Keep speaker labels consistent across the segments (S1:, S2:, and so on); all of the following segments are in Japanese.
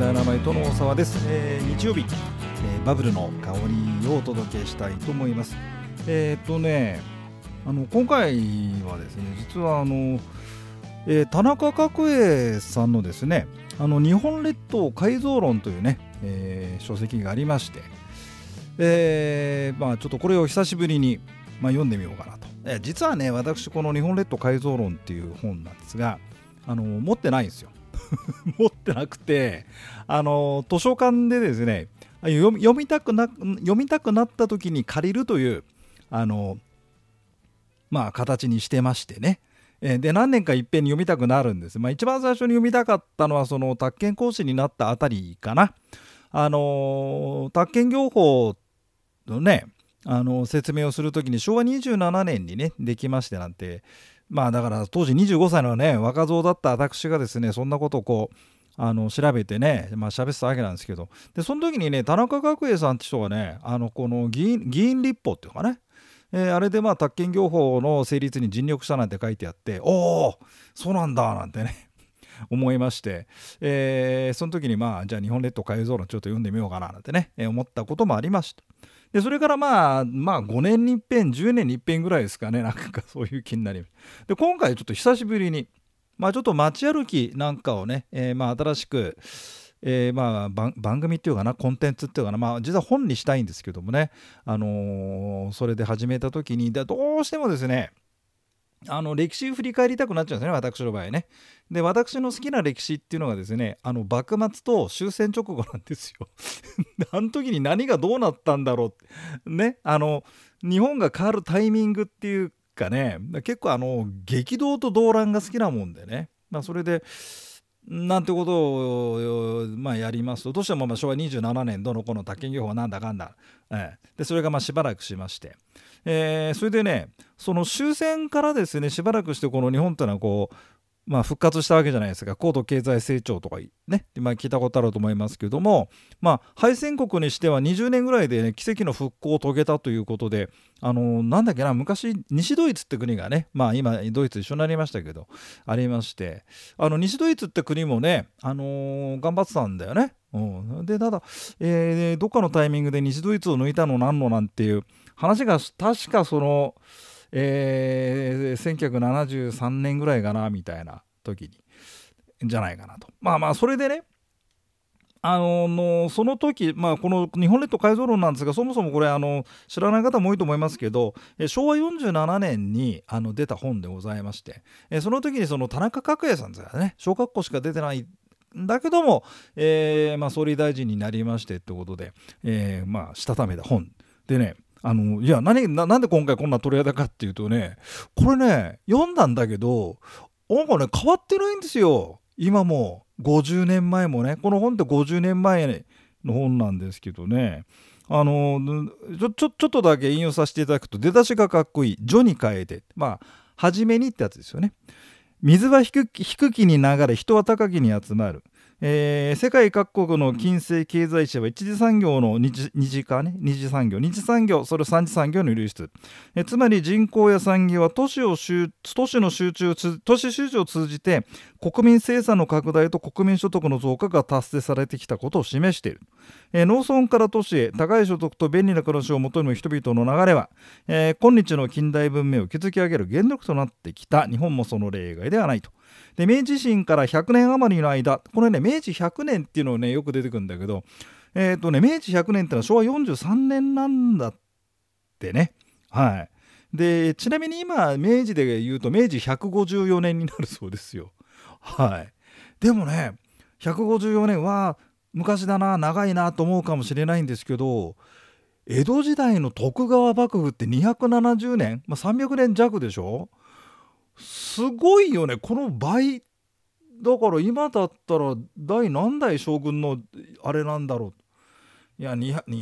S1: ダイナマイトの大沢です。日曜日、バブルの香りをお届けしたいと思います。今回はですね、実は田中角栄さんのですね、日本列島改造論というね、書籍がありまして、ちょっとこれを久しぶりに、読んでみようかなと。実はね、私この日本列島改造論っていう本なんですが、持ってないんですよ。持ってなくて、図書館でですね、読みたくなった時に借りるという形にしてましてね。で何年かいっぺんに読みたくなるんです。一番最初に読みたかったのはその宅建講師になったあたりかな。宅建業法のね、説明をするときに昭和27年にねできましてなんて、だから当時25歳のね若造だった私がですね、そんなことを調べてね喋ってたわけなんですけど、でその時にね、田中角栄さんって人がね、この議員立法っていうかね、あれで宅建業法の成立に尽力したなんて書いてあって、おおそうなんだなんてね思いまして、その時にじゃあ日本列島改造論ちょっと読んでみようかななんてね、思ったこともありました。でそれから5年に一遍10年に一遍ぐらいですかね、なんかそういう気になります。で今回ちょっと久しぶりにちょっと街歩きなんかをね、新しく、番組っていうかな、コンテンツっていうかな、実は本にしたいんですけどもね、それで始めた時にどうしてもですね、歴史振り返りたくなっちゃうんですね、私の場合ね。で私の好きな歴史っていうのがですね、幕末と終戦直後なんですよ。あの時に何がどうなったんだろうね、日本が変わるタイミングっていうかね、結構激動と動乱が好きなもんでね、それでなんてことを、やりますと、どうしても昭和27年どのこの宅建業法はなんだかんだ、でそれがしばらくしまして、それでね、その終戦からですねしばらくしてこの日本というのは復活したわけじゃないですか。高度経済成長とかね、聞いたことあると思いますけども、敗戦国にしては20年ぐらいで、奇跡の復興を遂げたということで、なんだっけな、昔西ドイツって国がね、今ドイツ一緒になりましたけどありまして、西ドイツって国もね、頑張ってたんだよね。でただ、どっかのタイミングで西ドイツを抜いたのなんのなんていう話が確か1973年ぐらいかなみたいな時にじゃないかなと。それでね、その時、この日本列島改造論なんですが、そもそもこれ知らない方も多いと思いますけど、昭和47年に出た本でございまして、その時にその田中角栄さんですからね、小学校しか出てないんだけども、総理大臣になりましてってことで、したためた本でね、いやなんで今回こんな取り上げたかっていうとね、これね読んだんだけどなんかね変わってないんですよ。今も50年前もね、この本って50年前の本なんですけどね、ちょっとだけ引用させていただくと、出だしがかっこいい。序に変えて、初めにってやつですよね。水は低きに流れ、人は高きに集まる。世界各国の近世経済史は一次産業の二次産業、それを三次産業の流出、つまり人口や産業は都市集中を通じて国民生産の拡大と国民所得の増加が達成されてきたことを示している。農村から都市へ高い所得と便利な暮らしを求める人々の流れは、今日の近代文明を築き上げる原力となってきた。日本もその例外ではないと。で明治維新から100年余りの間、これね明治100年っていうのねよく出てくるんだけど、明治100年ってのは昭和43年なんだってね。はい。でちなみに今明治で言うと明治154年になるそうですよ。はい。でもね154年は昔だな、長いなと思うかもしれないんですけど、江戸時代の徳川幕府って270年、300年弱でしょ。すごいよね、この倍だから。今だったら第何代将軍のあれなんだろう。いや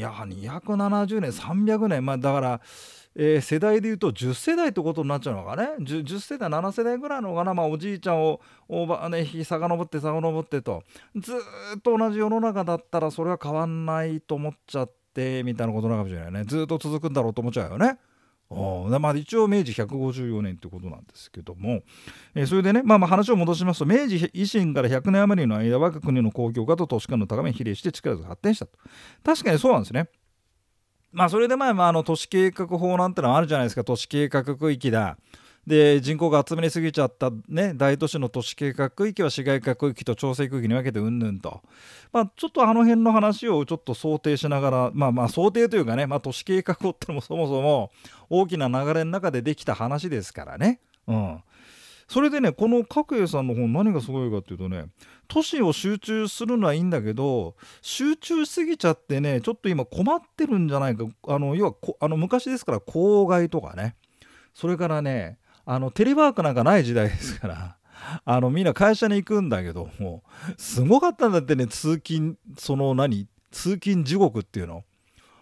S1: 270年300年、だから、世代でいうと10世代ってことになっちゃうのかね。 10世代7世代ぐらいのかな。おじいちゃんを遡ってとずっと同じ世の中だったらそれは変わんないと思っちゃってみたいなことなのかもしれないね。ずっと続くんだろうと思っちゃうよね。 まあ、一応明治154年ってことなんですけども、それでね、話を戻しますと、明治維新から100年余りの間、我が国の公共化と都市化の高めに比例して力強く発展したと。確かにそうなんですね。それで都市計画法なんてのはあるじゃないですか。都市計画区域だ。で、人口が集まりすぎちゃったね、大都市の都市計画区域は市街化区域と調整区域に分けてうんぬんと。ちょっとあの辺の話をちょっと想定しながら、想定というかね、都市計画法ってのもそもそも大きな流れの中でできた話ですからね。それでね、この角栄さんの本何がすごいかっていうとね、都市を集中するのはいいんだけど、集中しすぎちゃってね、ちょっと今困ってるんじゃないか。要は昔ですから郊外とかね、それからね、テレワークなんかない時代ですからみんな会社に行くんだけども、すごかったんだってね。通勤地獄っていうの、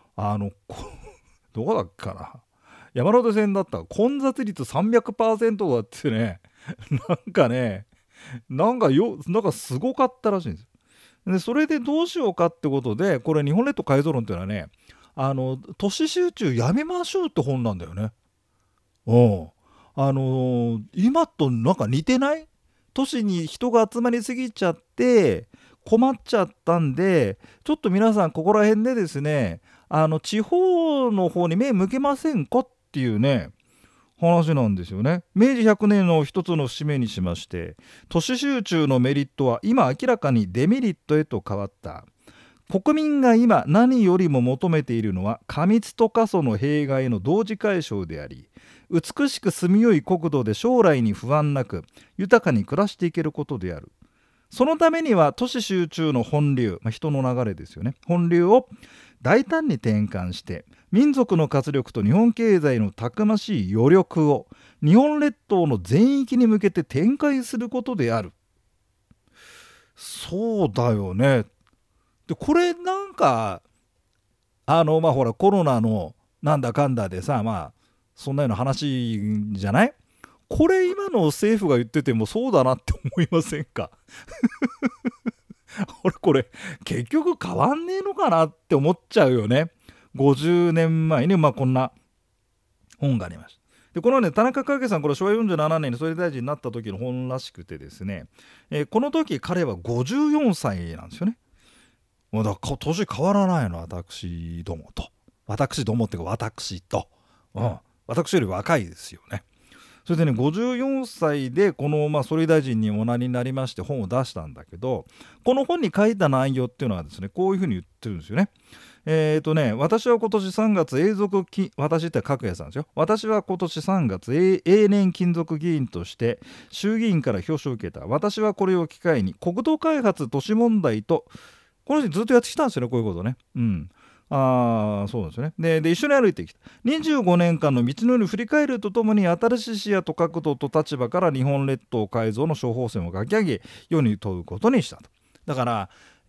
S1: どこだっけかな、山手線だったら混雑率 300% だってねなんかすごかったらしいんです。でそれでどうしようかってことで、これ日本列島改造論っていうのはね、都市集中やめましょうって本なんだよね。今となんか似てない？都市に人が集まりすぎちゃって困っちゃったんで、ちょっと皆さんここら辺でですね、地方の方に目向けませんかっていうね話なんですよね。明治100年の一つの節目にしまして、都市集中のメリットは今明らかにデメリットへと変わった。国民が今何よりも求めているのは過密と過疎の弊害の同時解消であり、美しく住みよい国土で将来に不安なく豊かに暮らしていけることである。そのためには都市集中の本流、人の流れですよね、本流を大胆に転換して民族の活力と日本経済のたくましい余力を日本列島の全域に向けて展開することである。そうだよね。でこれなんかほらコロナのなんだかんだでさ、そんなような話じゃない？これ今の政府が言っててもそうだなって思いませんか？これ結局変わんねえのかなって思っちゃうよね。50年前にこんな本がありました。でこのね、田中角栄さん、これ昭和47年に総理大臣になった時の本らしくてですね、この時彼は54歳なんですよね。もうだから年変わらないの、私どもっていうか私と、私より若いですよね。それでね、54歳でこの総理大臣におなりになりまして本を出したんだけど、この本に書いた内容っていうのはですね、こういうふうに言ってるんですよね。私は今年3月私って角栄さんですよ。私は今年3月永年勤続議員として衆議院から表彰を受けた。私はこれを機会に国土開発都市問題と、この人ずっとやってきたんですよね、こういうことね。そうですね。で一緒に歩いてきた。25年間の道のりを振り返るとともに、新しい視野と角度と立場から日本列島改造の処方箋を書き上げ世に問うことにしたと。だから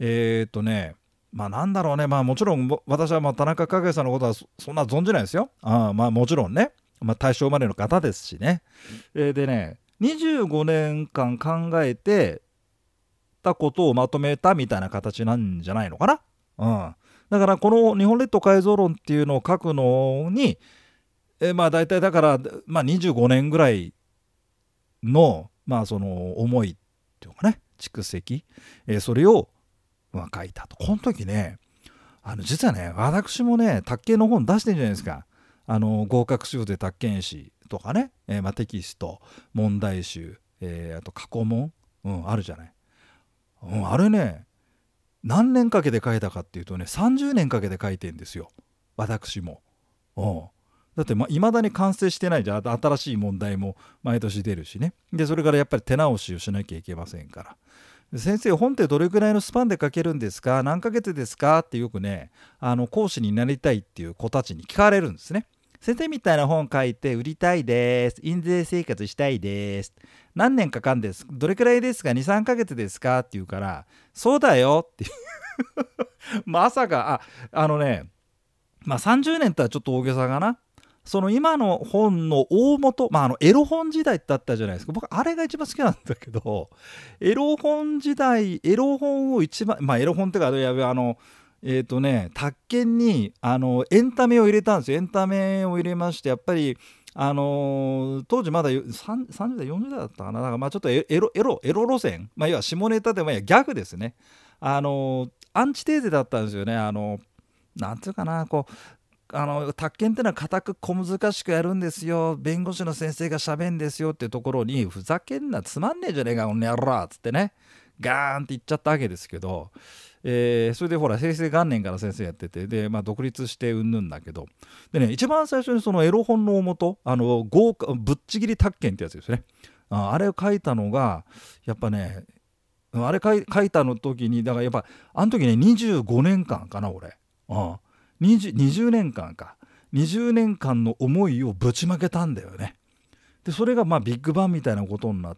S1: なんだろうね、もちろん私は田中角栄さんのことはそんな存じないですよ。もちろんね、大正生まれの方ですしね。でね、25年間考えてたことをまとめたみたいな形なんじゃないのかな。だからこの日本列島改造論っていうのを書くのに、大体だから25年ぐらいのその思いっていうかね、蓄積、それを書いたと。この時ね、実はね、私もね宅建の本出してるじゃないですか。合格集で宅建士とかね、テキスト問題集、あと過去問、あるじゃない。あれね、何年かけて書いたかっていうとね、30年かけて書いてんですよ、私も。だっていまだに完成してないじゃん。新しい問題も毎年出るしね。でそれからやっぱり手直しをしなきゃいけませんから。先生、本ってどれくらいのスパンで書けるんですか、何ヶ月ですかってよくね、講師になりたいっていう子たちに聞かれるんですね。先生みたいな本書いて売りたいです、印税生活したいです、何年かかんです、どれくらいですか、 2,3 ヶ月ですかって言うから、そうだよってまさか30年とはちょっと大げさかな。その今の本の大元、エロ本時代ってあったじゃないですか。僕あれが一番好きなんだけど、エロ本時代、エロ本を一番、エロ本ってか宅建にエンタメを入れたんですよ。エンタメを入れまして、やっぱり当時まだ30代40代だったかな。だからまあちょっとエロ路線、まあ、要は下ネタでもいやギャグですね。アンチテーゼだったんですよね。なんていうかな、こう宅建ってのは固く小難しくやるんですよ、弁護士の先生がしゃべんですよってところに、ふざけんなつまんねえじゃねえかこの野郎っつってね、ガーンって言っちゃったわけですけど、それでほら平成元年から先生やってて、で、まあ、独立してうんぬんだけど、でね、一番最初にそのエロ本の大元、豪華ぶっちぎり宅建ってやつですね。あれを書いたのがやっぱね、あれ書いたの時に、だからやっぱあの時ね25年間かな俺、20年間か20年間の思いをぶちまけたんだよね。でそれがまあビッグバンみたいなことになって、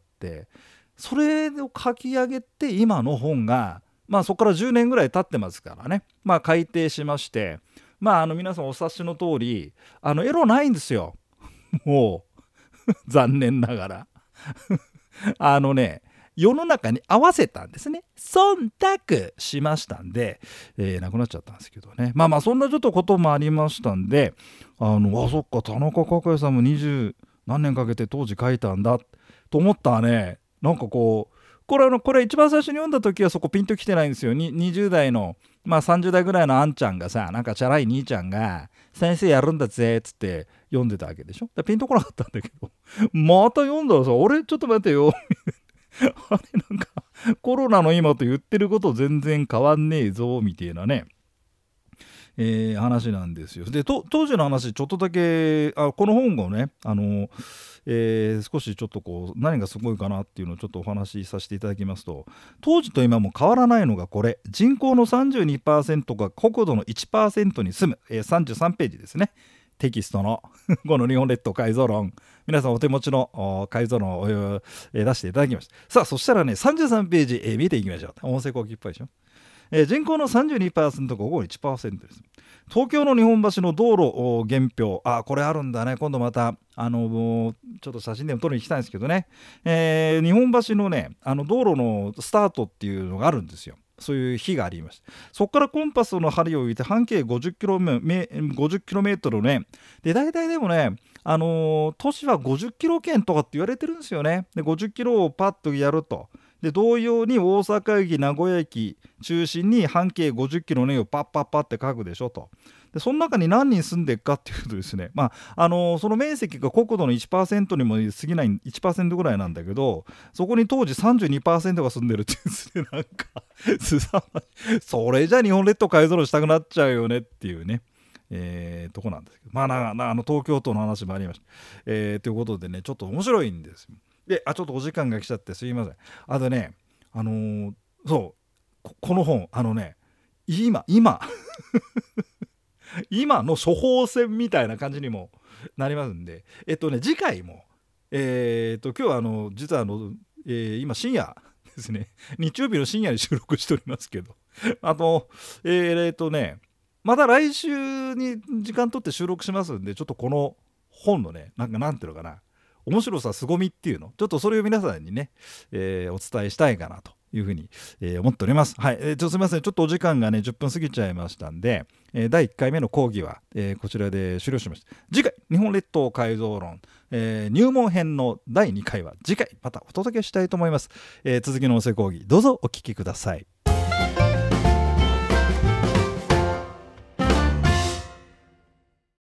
S1: それを書き上げて今の本が、まあそこから10年ぐらい経ってますからね、まあ改訂しまして、まあ皆さんお察しの通りエロないんですよもう残念ながら世の中に合わせたんですね。忖度しましたんで、なくなっちゃったんですけどね。まあそんなちょっとこともありましたんで、そっか、田中角栄さんも20何年かけて当時書いたんだと思ったらね、なんかこれ一番最初に読んだ時はそこピンときてないんですよ。20代のまあ30代ぐらいのあんちゃんがさ、なんかチャラい兄ちゃんが先生やるんだぜっつって読んでたわけでしょ。ピンとこなかったんだけどまた読んだらさ、俺ちょっと待ってよあれなんかコロナの今と言ってること全然変わんねえぞみたいなね、話なんですよ。で当時の話ちょっとだけこの本をね少しちょっとこう何がすごいかなっていうのをちょっとお話しさせていただきますと、当時と今も変わらないのがこれ、人口の 32% が国土の 1% に住む、33ページですね、テキストのこの日本列島改造論、皆さんお手持ちの改造論を出していただきました。さあそしたらね33ページ、見ていきましょう。音声講義っぽいでしょ。人口の 32% が午後 1% です。東京の日本橋の道路原票、これあるんだね。今度またちょっと写真でも撮りに行きたいんですけどね、日本橋のね道路のスタートっていうのがあるんですよ。そういう日がありました。そこからコンパスの針を置いて半径 50km ね。で大体でもね都市は50キロ圏とかって言われてるんですよね。で50キロをパッとやると、で同様に大阪駅名古屋駅中心に半径50キロの絵をパッパッパって書くでしょと。でその中に何人住んでるかっていうとですね、その面積が国土の 1% にも過ぎない 1% ぐらいなんだけど、そこに当時 32% が住んでるっていうんですね。なんかそれじゃ日本列島改造したくなっちゃうよねっていうね、とこなんですけど、東京都の話もありました。ということでね、ちょっと面白いんですよ。でちょっとお時間が来ちゃってすいません。そうこの本今今の処方箋みたいな感じにもなりますんで、次回も今日は実は今深夜ですね、日曜日の深夜に収録しておりますけどまた来週に時間取って収録しますんで、ちょっとこの本のねなんていうのかな、面白さ凄みっていうのちょっとそれを皆さんにね、お伝えしたいかなというふうに、思っております。はい、すみません、ちょっとお時間がね10分過ぎちゃいましたんで、第1回目の講義は、こちらで終了しました。次回日本列島改造論、入門編の第2回は次回またお届けしたいと思います。続きの音声講義どうぞお聞きください。